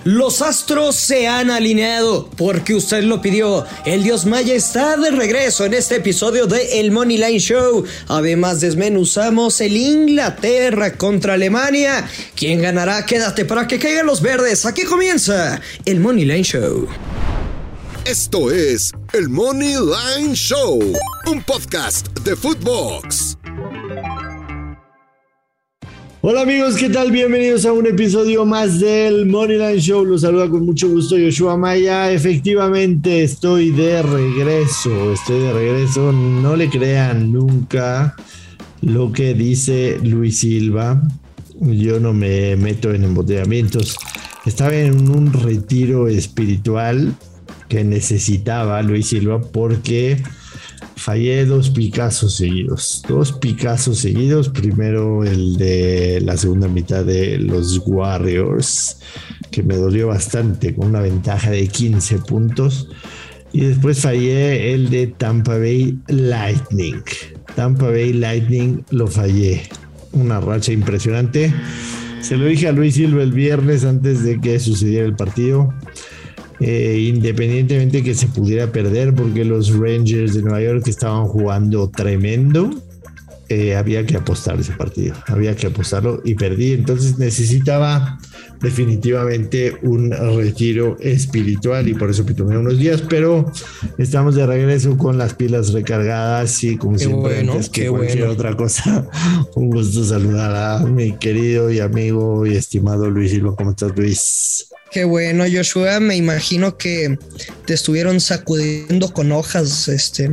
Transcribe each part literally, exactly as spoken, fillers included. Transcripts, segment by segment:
Los astros se han alineado porque usted lo pidió. El dios Maya está de regreso en este episodio de El Moneyline Show. Además desmenuzamos el Inglaterra contra Alemania. ¿Quién ganará? Quédate para que caigan los verdes. Aquí comienza El Moneyline Show. Esto es El Moneyline Show, un podcast de Footbox. Hola amigos, ¿qué tal? Bienvenidos a un episodio más del Moneyline Show. Los saluda con mucho gusto Joshua Maya. Efectivamente, estoy de regreso. Estoy de regreso. No le crean nunca lo que dice Luis Silva. Yo no me meto en embotellamientos. Estaba en un retiro espiritual que necesitaba Luis Silva porque fallé dos Picassos seguidos, dos Picassos seguidos. Primero el de la segunda mitad de los Warriors, que me dolió bastante, con una ventaja de quince puntos. Y después fallé el de Tampa Bay Lightning. Tampa Bay Lightning lo fallé. Una racha impresionante. Se lo dije a Luis Silva el viernes antes de que sucediera el partido. Eh, independientemente que se pudiera perder, porque los Rangers de Nueva York estaban jugando tremendo, eh, había que apostar ese partido, había que apostarlo y perdí. Entonces necesitaba definitivamente un retiro espiritual y por eso tomé unos días, pero estamos de regreso con las pilas recargadas y como qué siempre, bueno, antes que qué cualquier bueno. otra cosa, un gusto saludar a mi querido y amigo y estimado Luis Silva. ¿Cómo estás, Luis? Qué bueno, Joshua. Me imagino que te estuvieron sacudiendo con hojas, este,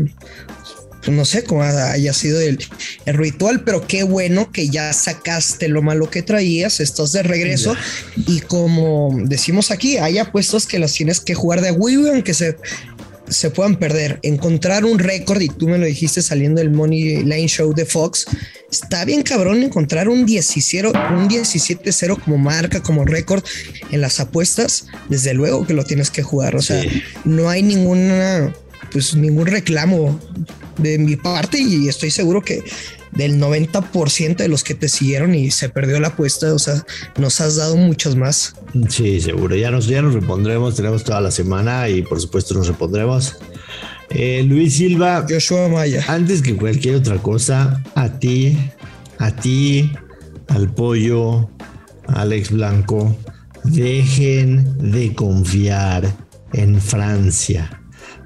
no sé cómo haya sido el, el ritual, pero qué bueno que ya sacaste lo malo que traías, estás de regreso ya. Y como decimos aquí, hay apuestas que las tienes que jugar de a huevo, aunque se, se puedan perder. Encontrar un récord, y tú me lo dijiste saliendo del Moneyline Show de Fox, está bien cabrón encontrar un diecisiete cero como marca, como récord en las apuestas. Desde luego que lo tienes que jugar. O sea, sí. No hay ninguna, pues ningún reclamo de mi parte, y estoy seguro que del noventa por ciento de los que te siguieron y se perdió la apuesta, o sea, nos has dado muchos más. Sí, seguro. Ya nos, ya nos repondremos. Tenemos toda la semana y por supuesto nos repondremos. Eh, Luis Silva, Joshua Maya. Antes que cualquier otra cosa, a ti, a ti, al Pollo, a Alex Blanco, dejen de confiar en Francia.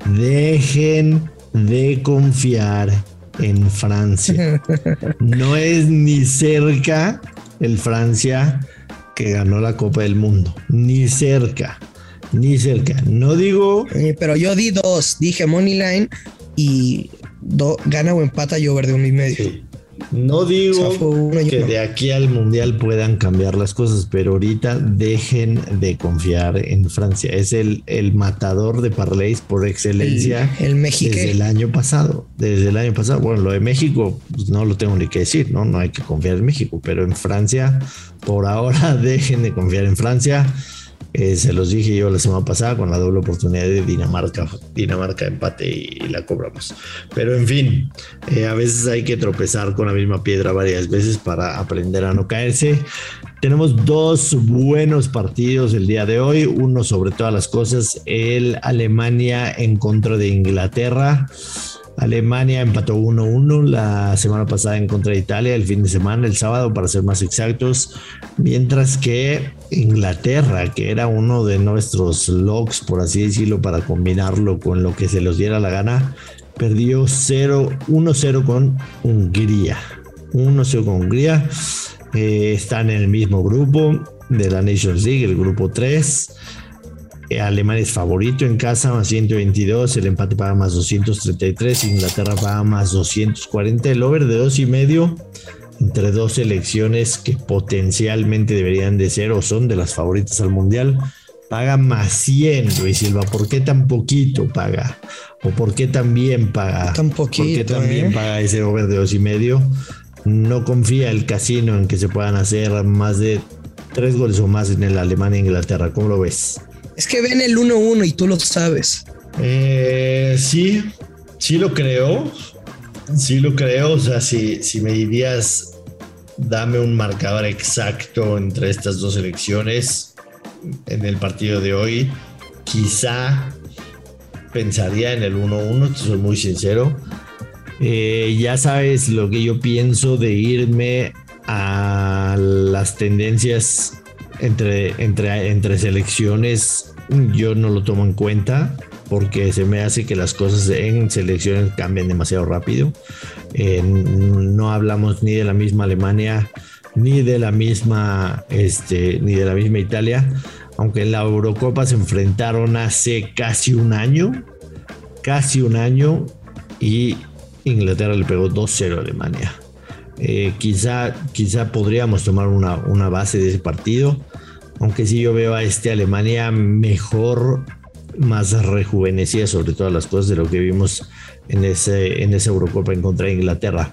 Dejen de confiar en Francia. No es ni cerca el Francia que ganó la Copa del Mundo. Ni cerca. Ni cerca. No digo... Pero yo di dos. Dije Moneyline y do, gana o empata yo verde uno y medio. Sí. No digo o sea, que de aquí al Mundial puedan cambiar las cosas, pero ahorita dejen de confiar en Francia. Es el, el matador de parlays por excelencia. El, el México. Desde el año pasado. Desde el año pasado. Bueno, lo de México pues no lo tengo ni que decir, ¿no? No hay que confiar en México, pero en Francia, por ahora dejen de confiar en Francia. Eh, se los dije yo la semana pasada con la doble oportunidad de Dinamarca, Dinamarca empate y, y la cobramos. Pero en fin, eh, a veces hay que tropezar con la misma piedra varias veces para aprender a no caerse. Tenemos dos buenos partidos el día de hoy. Uno sobre todas las cosas, el Alemania en contra de Inglaterra. Alemania empató uno uno la semana pasada en contra de Italia, el fin de semana, el sábado para ser más exactos, mientras que Inglaterra, que era uno de nuestros locks, por así decirlo, para combinarlo con lo que se les diera la gana, perdió uno cero con Hungría. uno cero con Hungría. Eh, están en el mismo grupo de la Nations League, el grupo tres. Alemania es favorito en casa, más ciento veintidós, el empate paga más doscientos treinta y tres, Inglaterra paga más doscientos cuarenta, el over de dos y medio entre dos selecciones que potencialmente deberían de ser o son de las favoritas al Mundial, paga más cien. Luis Silva, ¿por qué tan poquito paga? ¿O por qué tan bien paga? Tan poquito, ¿Por qué tan eh? bien paga ese over de dos y medio? No confía el casino en que se puedan hacer más de tres goles o más en el Alemania-Inglaterra. ¿Cómo lo ves? Es que ven el uno uno y tú lo sabes. Eh, sí, sí lo creo. Sí lo creo. O sea, si, si me dirías, dame un marcador exacto entre estas dos selecciones, en el partido de hoy. Quizá pensaría en el uno uno, soy muy sincero. Eh, ya sabes lo que yo pienso de irme a las tendencias entre, entre, entre selecciones. Yo no lo tomo en cuenta porque se me hace que las cosas en selecciones cambian demasiado rápido. Eh, no hablamos ni de la misma Alemania ni de la misma este, ni de la misma Italia, aunque en la Eurocopa se enfrentaron hace casi un año casi un año y Inglaterra le pegó dos cero a Alemania. Eh, quizá, quizá podríamos tomar una, una base de ese partido, aunque sí yo veo a este Alemania mejor, más rejuvenecida sobre todas las cosas de lo que vimos en, ese, en esa Eurocopa en contra de Inglaterra.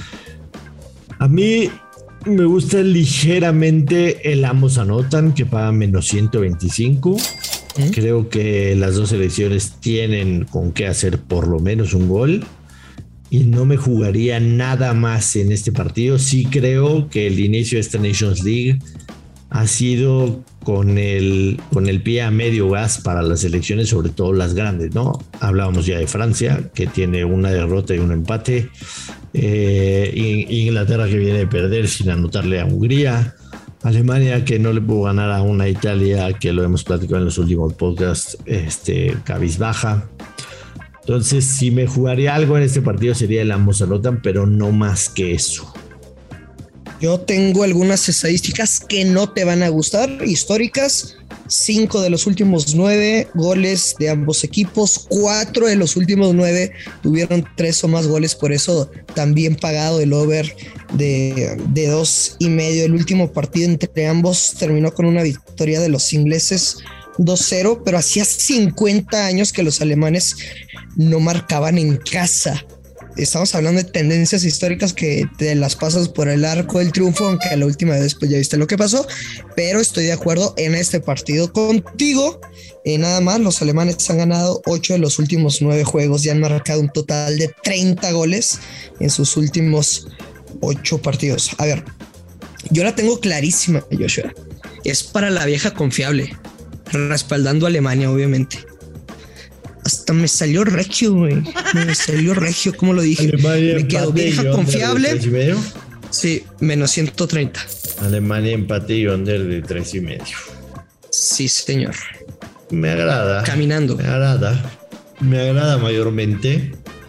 A mí me gusta ligeramente el ambos anotan, que paga menos ciento veinticinco. ¿Mm? Creo que las dos selecciones tienen con qué hacer por lo menos un gol. Y no me jugaría nada más en este partido. Sí creo que el inicio de esta Nations League ha sido con el, con el pie a medio gas para las selecciones, sobre todo las grandes, ¿no? Hablábamos ya de Francia, que tiene una derrota y un empate. Eh, Inglaterra, que viene de perder sin anotarle a Hungría. Alemania, que no le pudo ganar a una Italia, que lo hemos platicado en los últimos podcasts, este, cabizbaja. Entonces, si me jugaría algo en este partido sería el ambos anotan, pero no más que eso. Yo tengo algunas estadísticas que no te van a gustar, históricas. Cinco de los últimos nueve goles de ambos equipos. Cuatro de los últimos nueve tuvieron tres o más goles. Por eso también pagado el over de, de dos y medio. El último partido entre ambos terminó con una victoria de los ingleses dos cero, pero hacía cincuenta años que los alemanes no marcaban en casa. Estamos hablando de tendencias históricas que te las pasas por el arco del triunfo, aunque la última vez pues ya viste lo que pasó, pero estoy de acuerdo en este partido contigo. Eh, nada más, los alemanes han ganado ocho de los últimos nueve juegos y han marcado un total de treinta goles en sus últimos ocho partidos. A ver, yo la tengo clarísima, Joshua. Es para la vieja confiable, respaldando a Alemania, obviamente. Hasta me salió regio, güey. Me salió regio, ¿cómo lo dije? Alemania me quedo vieja confiable. ¿tres y medio? Sí, menos ciento treinta. Alemania empate y under de tres y medio. Sí, señor. Me agrada. Caminando. Me agrada. Me agrada mayormente.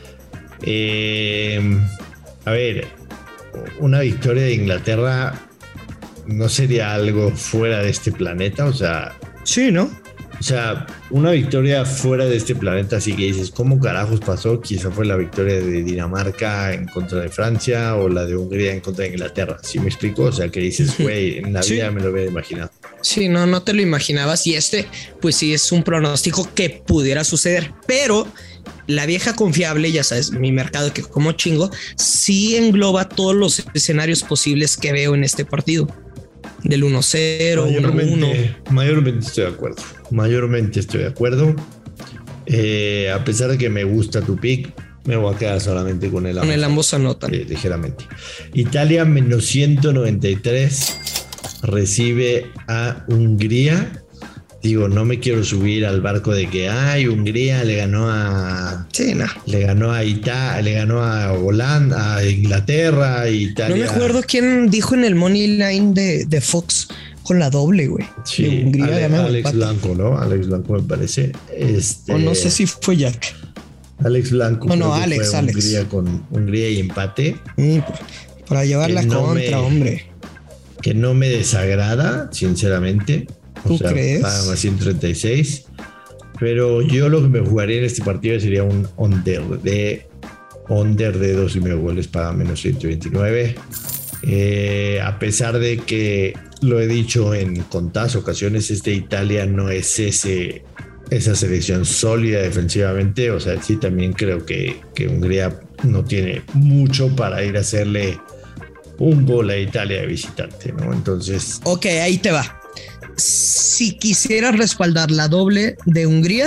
Eh, a ver, una victoria de Inglaterra no sería algo fuera de este planeta, o sea. Sí, ¿no? O sea, una victoria fuera de este planeta, así que dices, ¿cómo carajos pasó? Quizá fue la victoria de Dinamarca en contra de Francia o la de Hungría en contra de Inglaterra. ¿Sí me explico? O sea, que dices, güey, en la sí. vida me lo hubiera imaginado. Sí, no, no te lo imaginabas. Y este, pues sí, es un pronóstico que pudiera suceder. Pero la vieja confiable, ya sabes, mi mercado que como chingo, sí engloba todos los escenarios posibles que veo en este partido. Del uno cero, uno uno. Mayormente estoy de acuerdo. Mayormente estoy de acuerdo. Eh, a pesar de que me gusta tu pick, me voy a quedar solamente con el ambos. Con el ambos anotan. Eh, ligeramente. Italia menos ciento noventa y tres recibe a Hungría. Digo, no me quiero subir al barco de que ay, Hungría le ganó a sí, no. le ganó a Italia, le ganó a Holanda, a Inglaterra, Italia. No me acuerdo quién dijo en el money line de, de Fox con la doble, güey. Sí, Hungría Ale, Alex Blanco, ¿no? Alex Blanco me parece. Este, o no sé si fue Jack. Alex Blanco. No, no, Alex, fue Alex. Hungría con Hungría y empate. Mm, para llevar la no contra, me, hombre. Que no me desagrada, sinceramente. ¿Tú o sea, crees? Paga más ciento treinta y seis. Pero yo lo que me jugaría en este partido sería un under de under de dos y medio goles para menos ciento veintinueve. Eh, a pesar de que lo he dicho en contadas ocasiones, este Italia no es ese, esa selección sólida defensivamente. O sea, sí también creo que, que Hungría no tiene mucho para ir a hacerle un gol a Italia de visitante, ¿no? Entonces... Ok, ahí te va. Si quisieras respaldar la doble de Hungría,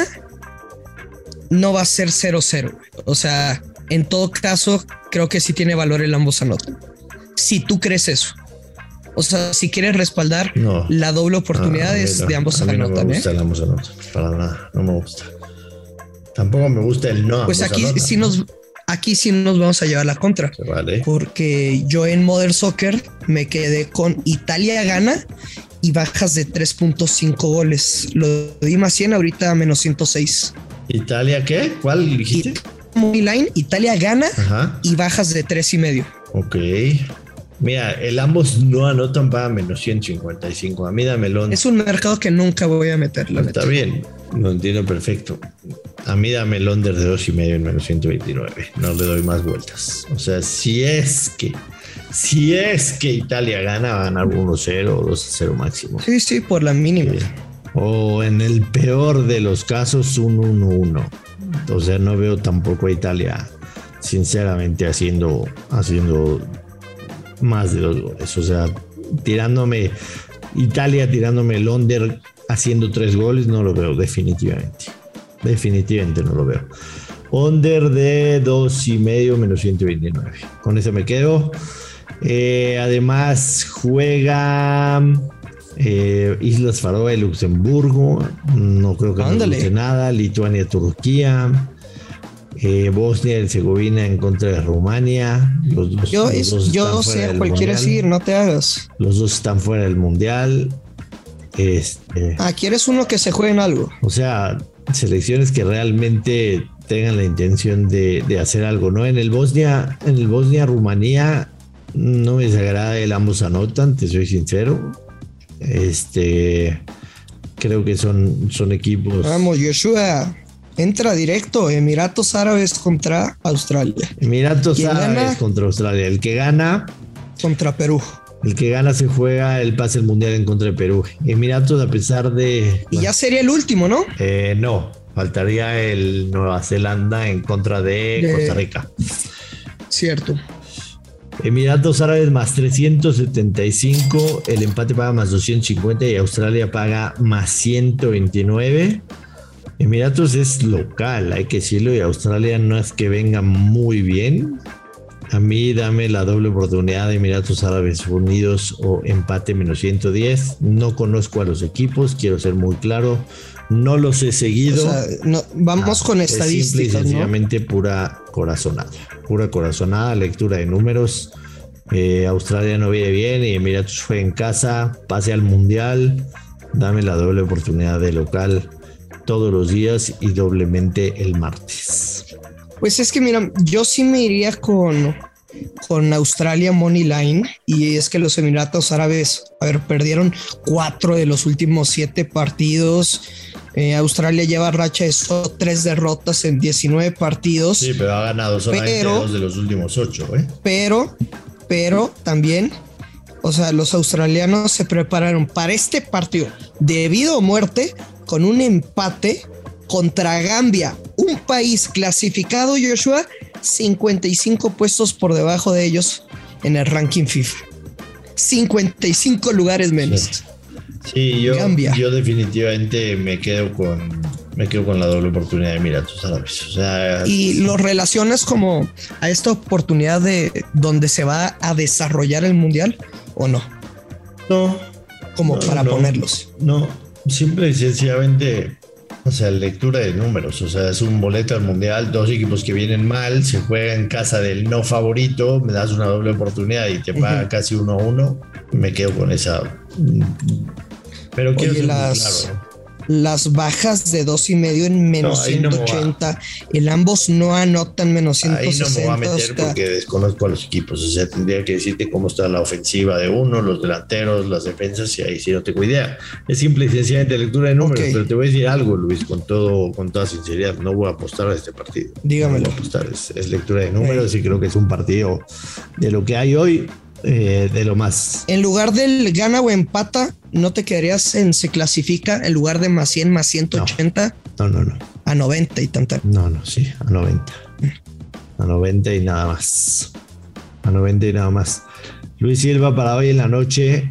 no va a ser cero cero. O sea, en todo caso, creo que sí tiene valor el ambos anotan. Si tú crees eso. O sea, si quieres respaldar no. la doble oportunidad no, es no. de ambos a mí anotan. No me gusta ¿eh? el ambos anotan, para nada, no me gusta. Tampoco me gusta el no. Pues aquí anotan, sí nos, aquí sí nos vamos a llevar la contra. Vale. Porque yo en Modern Soccer me quedé con Italia gana y bajas de tres punto cinco goles. Lo di más cien, ahorita menos ciento seis. ¿Italia qué? ¿Cuál dijiste? Money line, Italia gana. Ajá. Y bajas de tres y medio. Ok. Mira, el ambos no anotan para menos ciento cincuenta y cinco. A mí dámelo. Es un mercado que nunca voy a meter. La Está neta. bien, lo entiendo perfecto. A mí dame el under de dos y medio en menos ciento veintinueve. No le doy más vueltas. O sea, si es que, si es que Italia gana, va a ganar uno cero o dos a cero máximo. Sí, sí, por la mínima. Sí. O en el peor de los casos, un uno uno. O sea, no veo tampoco a Italia, sinceramente, haciendo, haciendo más de dos goles. O sea, tirándome, Italia tirándome el under, haciendo tres goles, no lo veo, definitivamente. Definitivamente no lo veo. Under de dos y medio menos ciento veintinueve. Con eso me quedo. Eh, además, juega eh, Islas Faroe y Luxemburgo. No creo que nos guste nada. Lituania, Turquía. Eh, Bosnia y Herzegovina en contra de Rumania. Los dos, yo los dos yo sé cuál quieres ir, no te hagas. Los dos están fuera del mundial. Este, ah, ¿quieres uno que se juegue en algo? O sea, selecciones que realmente tengan la intención de, de hacer algo, ¿no? En el Bosnia, en el Bosnia, Rumanía, no me desagrada el ambos anotan, te soy sincero. Este, creo que son, son equipos. Vamos, Joshua. Entra directo, Emiratos Árabes contra Australia. Emiratos Árabes gana? contra Australia. El que gana. Contra Perú. El que gana se juega el pase al mundial en contra de Perú. Emiratos, a pesar de. Y ya sería el último, ¿no? Eh, no, faltaría el Nueva Zelanda en contra de, de... Costa Rica. Cierto. Emiratos Árabes más trescientos setenta y cinco. El empate paga más doscientos cincuenta y Australia paga más ciento veintinueve. Emiratos es local, hay que decirlo, y Australia no es que venga muy bien. A mí dame la doble oportunidad de Emiratos Árabes Unidos o empate menos ciento diez. No conozco a los equipos, quiero ser muy claro. No los he seguido. O sea, no, vamos no, con estadísticas, simple y sencillamente, ¿no? Pura corazonada. Pura corazonada, lectura de números. Eh, Australia no viene bien y Emiratos fue en casa, pase al mundial. Dame la doble oportunidad de local todos los días y doblemente el martes. Pues es que mira, yo sí me iría con, con Australia Money Line, y es que los Emiratos Árabes, a ver, perdieron cuatro de los últimos siete partidos. Eh, Australia lleva racha de solo tres derrotas en diecinueve partidos. Sí, pero ha ganado solamente pero, dos de los últimos ocho, ¿eh? Pero, pero también, o sea, los australianos se prepararon para este partido de vida o muerte con un empate contra Gambia, un país clasificado, Joshua, cincuenta y cinco puestos por debajo de ellos en el ranking FIFA. cincuenta y cinco lugares menos. Sí, sí yo, yo definitivamente me quedo con me quedo con la doble oportunidad de Emiratos Árabes. O sea, y lo relacionas como a esta oportunidad de donde se va a desarrollar el mundial, ¿o no? No. Como no, para no, ponerlos. No, simple y sencillamente. O sea, lectura de números, o sea, es un boleto al mundial, dos equipos que vienen mal, se juega en casa del no favorito, me das una doble oportunidad y te paga uh-huh. casi uno a uno, me quedo con esa. Pero Oye, quiero ser las, muy claro, ¿no? Las bajas de dos y medio en menos no, ciento ochenta, no el ambos no anotan menos ciento sesenta. Ahí no me voy a meter hasta... porque desconozco a los equipos, o sea, tendría que decirte cómo está la ofensiva de uno, los delanteros, las defensas, y ahí sí no tengo idea. Es simple y sencillamente lectura de números, okay. Pero te voy a decir algo, Luis, con todo, con toda sinceridad, no voy a apostar a este partido. Dígamelo. No voy a apostar, es, es lectura de números okay. Y creo que es un partido de lo que hay hoy. Eh, de lo más. En lugar del gana o empata, ¿no te quedarías en se clasifica en lugar de más cien más ciento ochenta? No, no, no. no. A noventa y tanta. No, no, sí, a noventa. A noventa y nada más. A noventa y nada más. Luis Silva para hoy en la noche.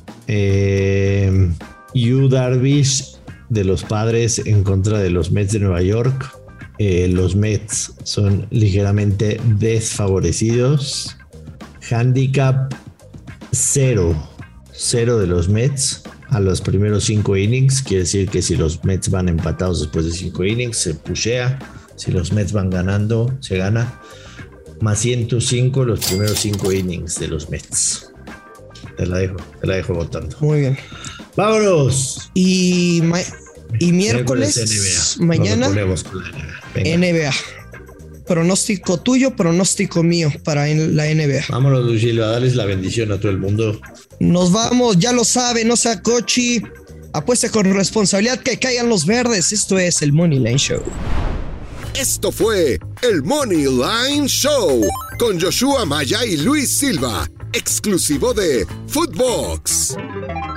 Eh, Yu Darvish de los Padres en contra de los Mets de Nueva York. Eh, los Mets son ligeramente desfavorecidos. Handicap cero cero de los Mets a los primeros cinco innings. Quiere decir que si los Mets van empatados después de cinco innings, se pushea. Si los Mets van ganando, se gana. Más ciento cinco los primeros cinco innings de los Mets. Te la dejo, te la dejo votando. Muy bien. ¡Vámonos! Y, ma- y miércoles, miércoles N B A. Mañana, con la N B A. N B A. Pronóstico tuyo, pronóstico mío para la N B A. Vámonos, Lucilo, a darles la bendición a todo el mundo. Nos vamos, ya lo sabe, no sea cochi. Apueste con responsabilidad, que caigan los verdes. Esto es el Money Line Show. Esto fue el Money Line Show con Joshua Maya y Luis Silva, exclusivo de Footbox.